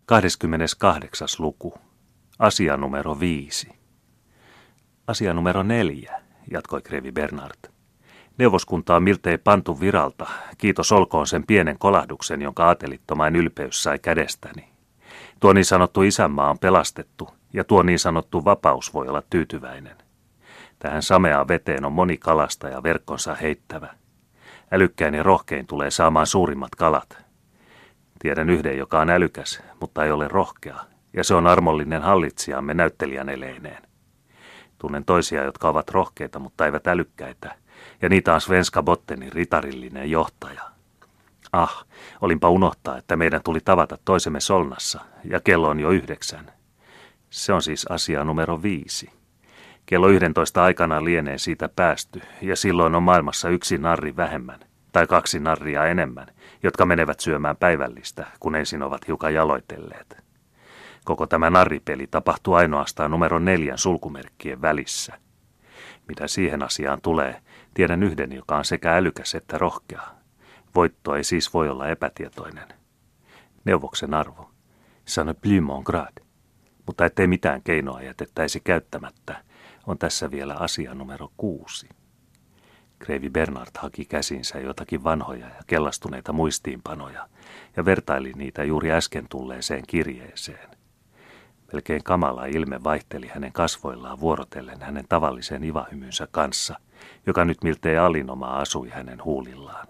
28. luku. Asia numero 5. Asia numero 4, jatkoi Krevi Bernard. Neuvoskunta on miltei pantu viralta, kiitos olkoon sen pienen kolahduksen, jonka aatelittomain ylpeys sai kädestäni. Tuo niin sanottu isänmaa on pelastettu, ja tuo niin sanottu vapaus voi olla tyytyväinen. Tähän sameaan veteen on moni kalastaja verkkonsa heittävä. Älykkäin ja rohkein tulee saamaan suurimmat kalat. Tiedän yhden, joka on älykäs, mutta ei ole rohkea, ja se on armollinen hallitsijamme näyttelijän eleineen. Tunnen toisia, jotka ovat rohkeita, mutta eivät älykkäitä, ja niitä on Svenska Bottenin ritarillinen johtaja. Olinpa unohtaa, että meidän tuli tavata toisemme Solnassa, ja kello on jo 9. Se on siis asia numero 5. Kello 11 aikana lienee siitä päästy, ja silloin on maailmassa yksi narri vähemmän, tai 2 narria enemmän, jotka menevät syömään päivällistä, kun ensin ovat hiukan jaloitelleet. Koko tämä narripeli tapahtuu ainoastaan numero 4 sulkumerkkien välissä. Mitä siihen asiaan tulee, tiedän yhden, joka on sekä älykäs että rohkea. Voitto ei siis voi olla epätietoinen. Neuvoksen arvo. Ça ne plus mon grade. Mutta ettei mitään keinoa jätettäisi käyttämättä, on tässä vielä asia numero 6. Krevi Bernard haki käsinsä jotakin vanhoja ja kellastuneita muistiinpanoja ja vertaili niitä juuri äsken tulleeseen kirjeeseen. Melkein kamala ilme vaihteli hänen kasvoillaan vuorotellen hänen tavallisen ivahymynsä kanssa, joka nyt miltei alinomaa asui hänen huulillaan.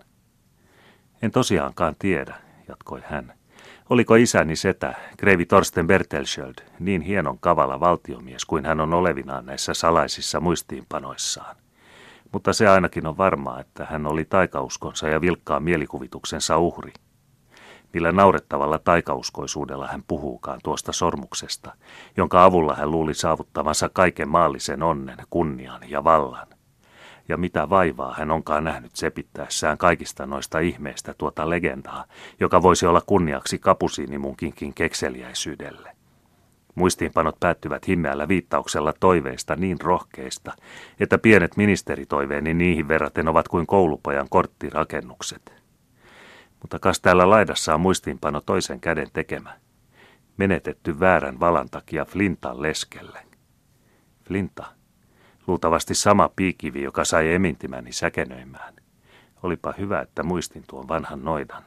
En tosiaankaan tiedä, jatkoi hän. Oliko isäni setä, Krevi Torsten Bertelschöld, niin hienon kavala valtiomies kuin hän on olevinaan näissä salaisissa muistiinpanoissaan. Mutta se ainakin on varmaa, että hän oli taikauskonsa ja vilkkaan mielikuvituksensa uhri. Millä naurettavalla taikauskoisuudella hän puhuukaan tuosta sormuksesta, jonka avulla hän luuli saavuttavansa kaiken maallisen onnen, kunnian ja vallan. Ja mitä vaivaa hän onkaan nähnyt sepittäessään kaikista noista ihmeistä tuota legendaa, joka voisi olla kunniaksi kapusiinimunkinkin kekseliäisyydelle. Muistiinpanot päättyvät himmeällä viittauksella toiveista niin rohkeista, että pienet ministeritoiveeni niihin verraten ovat kuin koulupojan korttirakennukset. Mutta kas täällä laidassa on muistiinpano toisen käden tekemä. Menetetty väärän valan takia Flintan leskelle. Flinta. Luultavasti sama piikivi, joka sai emintimäni säkenöimään. Olipa hyvä, että muistin tuon vanhan noidan.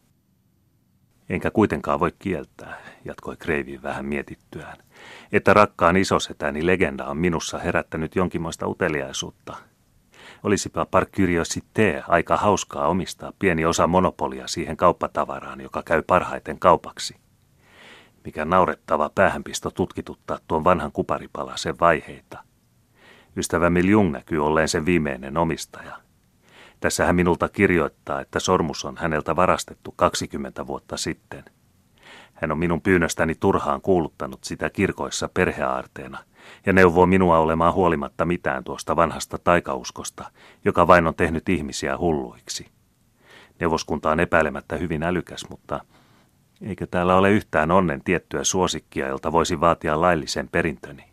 Enkä kuitenkaan voi kieltää, jatkoi Krevi vähän mietittyään, että rakkaan isosetäni legenda on minussa herättänyt jonkinmoista uteliaisuutta. Olisipa par curiosité aika hauskaa omistaa pieni osa monopolia siihen kauppatavaraan, joka käy parhaiten kaupaksi. Mikä naurettava päähänpisto tutkituttaa tuon vanhan kuparipalasen vaiheita. Ystävämme Jung näkyy olleen sen viimeinen omistaja. Tässä hän minulta kirjoittaa, että sormus on häneltä varastettu 20 vuotta sitten. Hän on minun pyynnöstäni turhaan kuuluttanut sitä kirkoissa perheaarteena ja neuvoo minua olemaan huolimatta mitään tuosta vanhasta taikauskosta, joka vain on tehnyt ihmisiä hulluiksi. Neuvoskunta on epäilemättä hyvin älykäs, mutta eikö täällä ole yhtään onnen tiettyä suosikkia, jolta voisi vaatia laillisen perintöni?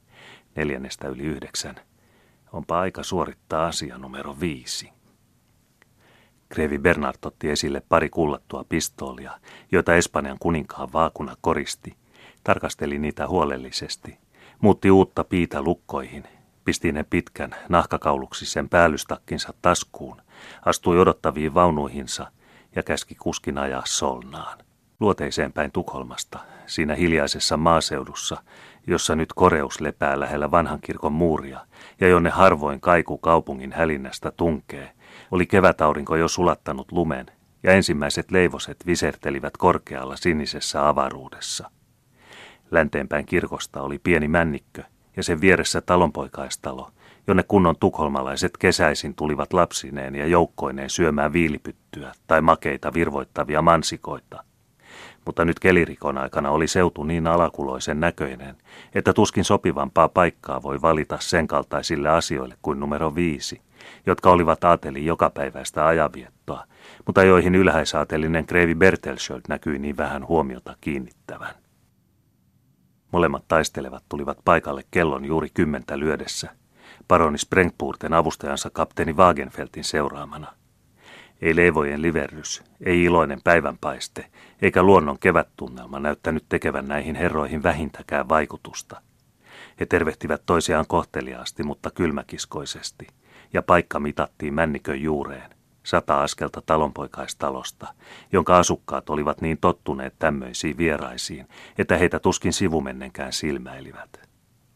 9:4. Onpa aika suorittaa asia numero 5. Krevi Bernard otti esille pari kullattua pistoolia, joita Espanjan kuninkaan vaakuna koristi, tarkasteli niitä huolellisesti, muutti uutta piitä lukkoihin, pisti ne pitkän nahkakauluksisen päällystakkinsa taskuun, astui odottaviin vaunuihinsa ja käski kuskin ajaa Solnaan. Luoteiseen päin Tukholmasta, siinä hiljaisessa maaseudussa, jossa nyt koreus lepää lähellä vanhan kirkon muuria ja jonne harvoin kaiku kaupungin hälinnästä tunkee, oli kevätaurinko jo sulattanut lumen ja ensimmäiset leivoset visertelivät korkealla sinisessä avaruudessa. Länteenpäin kirkosta oli pieni männikkö ja sen vieressä talonpoikaistalo, jonne kunnon tukholmalaiset kesäisin tulivat lapsineen ja joukkoineen syömään viilipyttyä tai makeita virvoittavia mansikoita. Mutta nyt kelirikon aikana oli seutu niin alakuloisen näköinen, että tuskin sopivampaa paikkaa voi valita sen kaltaisille asioille kuin numero 5, jotka olivat aatelin jokapäiväistä ajanviettoa, mutta joihin ylhäisaatelinen Krevi Bertelschöld näkyi niin vähän huomiota kiinnittävän. Molemmat taistelevat tulivat paikalle kellon juuri 10 lyödessä, paroni Sprengpurten avustajansa kapteeni Wagenfeltin seuraamana. Ei leivojen liverrys, ei iloinen päivänpaiste, eikä luonnon kevättunnelma näyttänyt tekevän näihin herroihin vähintäkään vaikutusta. He tervehtivät toisiaan kohteliaasti, mutta kylmäkiskoisesti, ja paikka mitattiin männikön juureen, 100 askelta talonpoikaistalosta, jonka asukkaat olivat niin tottuneet tämmöisiin vieraisiin, että heitä tuskin sivumennenkään silmäilivät.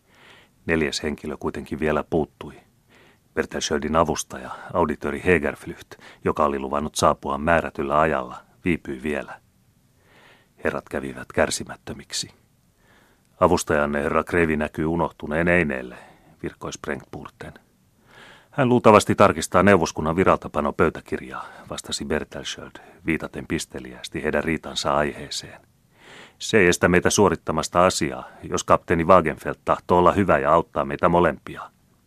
4. henkilö kuitenkin vielä puuttui. Bertelschöldin avustaja, auditori Hegerflyht, joka oli luvannut saapua määrätyllä ajalla, viipyi vielä. Herrat kävivät kärsimättömiksi. Avustajanne herra Krevi näkyy unohtuneen eineelle, virkoi Sprengtpurten. Hän luultavasti tarkistaa neuvoskunnan viraltapano pöytäkirjaa, vastasi Bertelschöld, viitaten pisteliästi heidän riitansa aiheeseen. Se ei estä meitä suorittamasta asiaa, jos kapteeni Wagenfeld tahtoo olla hyvä ja auttaa meitä molempia.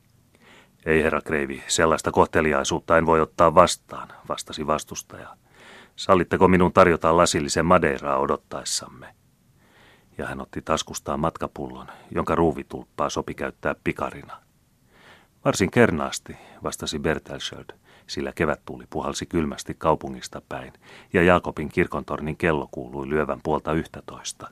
Ei, herra Kreivi, sellaista kohteliaisuutta en voi ottaa vastaan, vastasi vastustaja. Sallitteko minun tarjota lasillisen madeiraa odottaessamme? Ja hän otti taskustaan matkapullon, jonka ruuvitulppaa sopi käyttää pikarina. Varsin kernaasti, vastasi Bertelschöld, sillä kevättuuli puhalsi kylmästi kaupungista päin, ja Jaakobin kirkontornin kello kuului lyövän 10:30.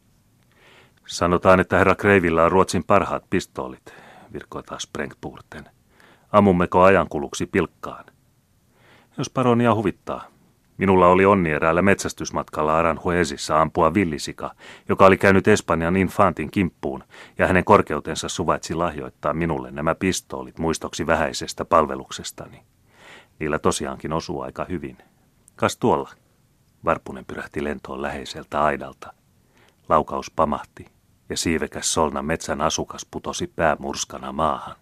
Sanotaan, että herra Kreivillä on Ruotsin parhaat pistoolit, virkoi taas Sprengtpurten. Ammummeko ajankuluksi pilkkaan? Jos paronia huvittaa. Minulla oli onni eräällä metsästysmatkalla Aranjuezissa ampua villisika, joka oli käynyt Espanjan infantin kimppuun, ja hänen korkeutensa suvaitsi lahjoittaa minulle nämä pistoolit muistoksi vähäisestä palveluksestani. Niillä tosiaankin osuu aika hyvin. Kas tuolla? Varpunen pyrähti lentoon läheiseltä aidalta. Laukaus pamahti, ja siivekäs Solnan metsän asukas putosi päämurskana maahan.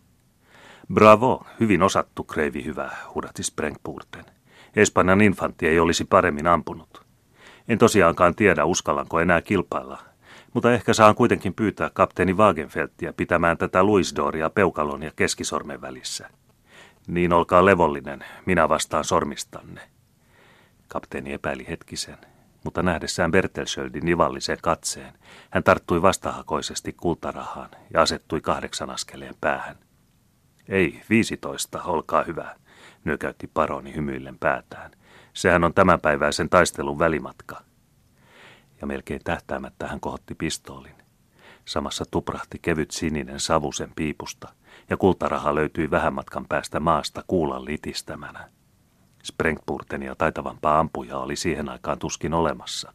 Bravo, hyvin osattu, Kreivi hyvä, huudahti Sprengtpurten. Espanjan infantti ei olisi paremmin ampunut. En tosiaankaan tiedä, uskallanko enää kilpailla, mutta ehkä saan kuitenkin pyytää kapteeni Wagenfeldtia pitämään tätä luisdooria peukalon ja keskisormen välissä. Niin olkaa levollinen, minä vastaan sormistanne. Kapteeni epäili hetkisen, mutta nähdessään Bertelschöldin ivallisen katseen, hän tarttui vastahakoisesti kultarahaan ja asettui 8 askeleen päähän. Ei, 15, olkaa hyvä, nyökäytti paroni hymyillen päätään. Sehän on tämänpäiväisen taistelun välimatka. Ja melkein tähtäämättä hän kohotti pistoolin. Samassa tuprahti kevyt sininen savu sen piipusta, ja kultaraha löytyi vähän matkan päästä maasta kuulan litistämänä. Sprengtpurtenia taitavampaa ampujaa oli siihen aikaan tuskin olemassa.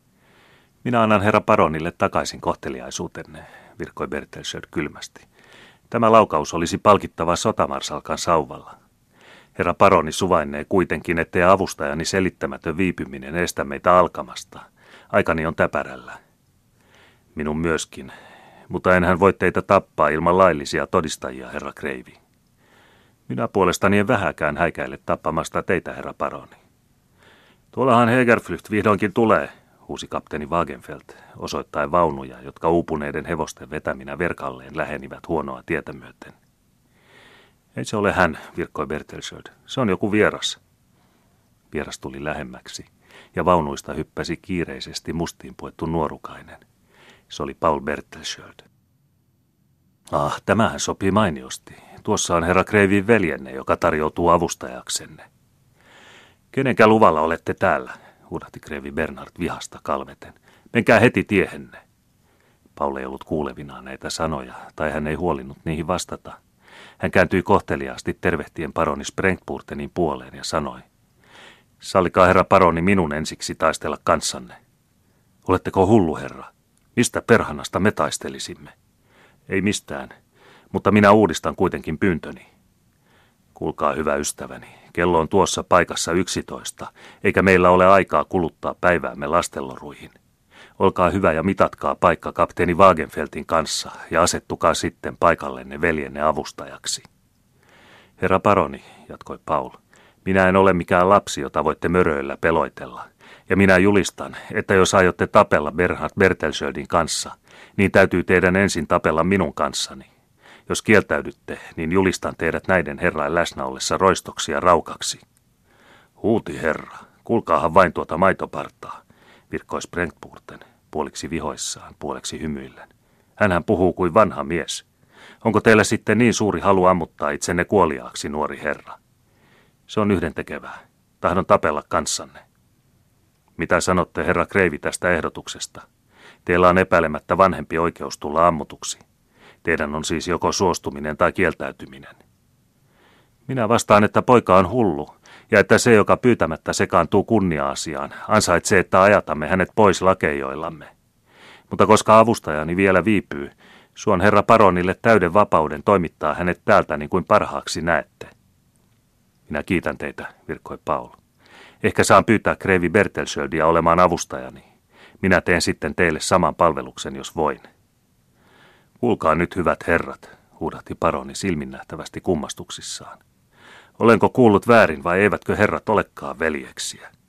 Minä annan herra paronille takaisin kohteliaisuutenne, virkoi Bertelschöld kylmästi. Tämä laukaus olisi palkittava sotamarsalkan sauvalla. Herra paroni suvainnee kuitenkin, ettei avustajani selittämätön viipyminen estä meitä alkamasta. Aikani on täpärällä. Minun myöskin, mutta enhän voi teitä tappaa ilman laillisia todistajia, herra Kreivi. Minä puolestani en vähäkään häikäile tappamasta teitä, herra paroni. Tuollahan Hegerflyht vihdoinkin tulee, huusi kapteeni Wagenfeld, osoittaen vaunuja, jotka uupuneiden hevosten vetäminä verkalleen lähenivät huonoa tietä myöten. Ei se ole hän, virkkoi Bertelschöld. Se on joku vieras. Vieras tuli lähemmäksi, ja vaunuista hyppäsi kiireisesti mustiin puettu nuorukainen. Se oli Paul Bertelschöld. Ah, tämähän sopii mainiosti. Tuossa on herra Kreivin veljenne, joka tarjoutuu avustajaksenne. Kenenkä luvalla olette täällä, huudahti Kreivi Bernhard vihasta kalveten. Menkää heti tiehenne. Paul ei ollut kuulevinaan näitä sanoja, tai hän ei huolinut niihin vastata. Hän kääntyi kohteliaasti tervehtien paroni Sprengtpurtenin puoleen ja sanoi, sallikaa herra paroni minun ensiksi taistella kanssanne. Oletteko hullu herra? Mistä perhanasta me taistelisimme? Ei mistään, mutta minä uudistan kuitenkin pyyntöni. Kuulkaa hyvä ystäväni, kello on tuossa paikassa 11, eikä meillä ole aikaa kuluttaa päiväämme lastenloruihin. Olkaa hyvä ja mitatkaa paikka kapteeni Wagenfeldin kanssa ja asettukaa sitten paikallenne veljenne avustajaksi. Herra paroni, jatkoi Paul, minä en ole mikään lapsi, jota voitte möröillä peloitella. Ja minä julistan, että jos aiotte tapella Bernhard Bertelschöldin kanssa, niin täytyy teidän ensin tapella minun kanssani. Jos kieltäydytte, niin julistan teidät näiden herrain läsnä ollessa roistoksi ja raukaksi. Huuti herra, kuulkaahan vain tuota maitopartaa, virkkoi Sprengtpurten, puoliksi vihoissaan, puoleksi hymyillen. Hänhän puhuu kuin vanha mies. Onko teillä sitten niin suuri halu ammuttaa itsenne kuoliaaksi, nuori herra? Se on yhdentekevää. tahdon tapella kanssanne. Mitä sanotte, herra Kreivi, tästä ehdotuksesta? Teillä on epäilemättä vanhempi oikeus tulla ammutuksi. Teidän on siis joko suostuminen tai kieltäytyminen. Minä vastaan, että poika on hullu, ja että se, joka pyytämättä sekaantuu kunnia-asiaan, ansaitsee, että ajatamme hänet pois lakeijoillamme. Mutta koska avustajani vielä viipyy, suon herra baronille täyden vapauden toimittaa hänet täältä niin kuin parhaaksi näette. Minä kiitän teitä, virkkoi Paul. Ehkä saan pyytää kreivi Bertelschöldia olemaan avustajani. Minä teen sitten teille saman palveluksen, jos voin. Kuulkaa nyt, hyvät herrat, huudahti paroni silminnähtävästi kummastuksissaan. Olenko kuullut väärin vai eivätkö herrat olekaan veljeksiä?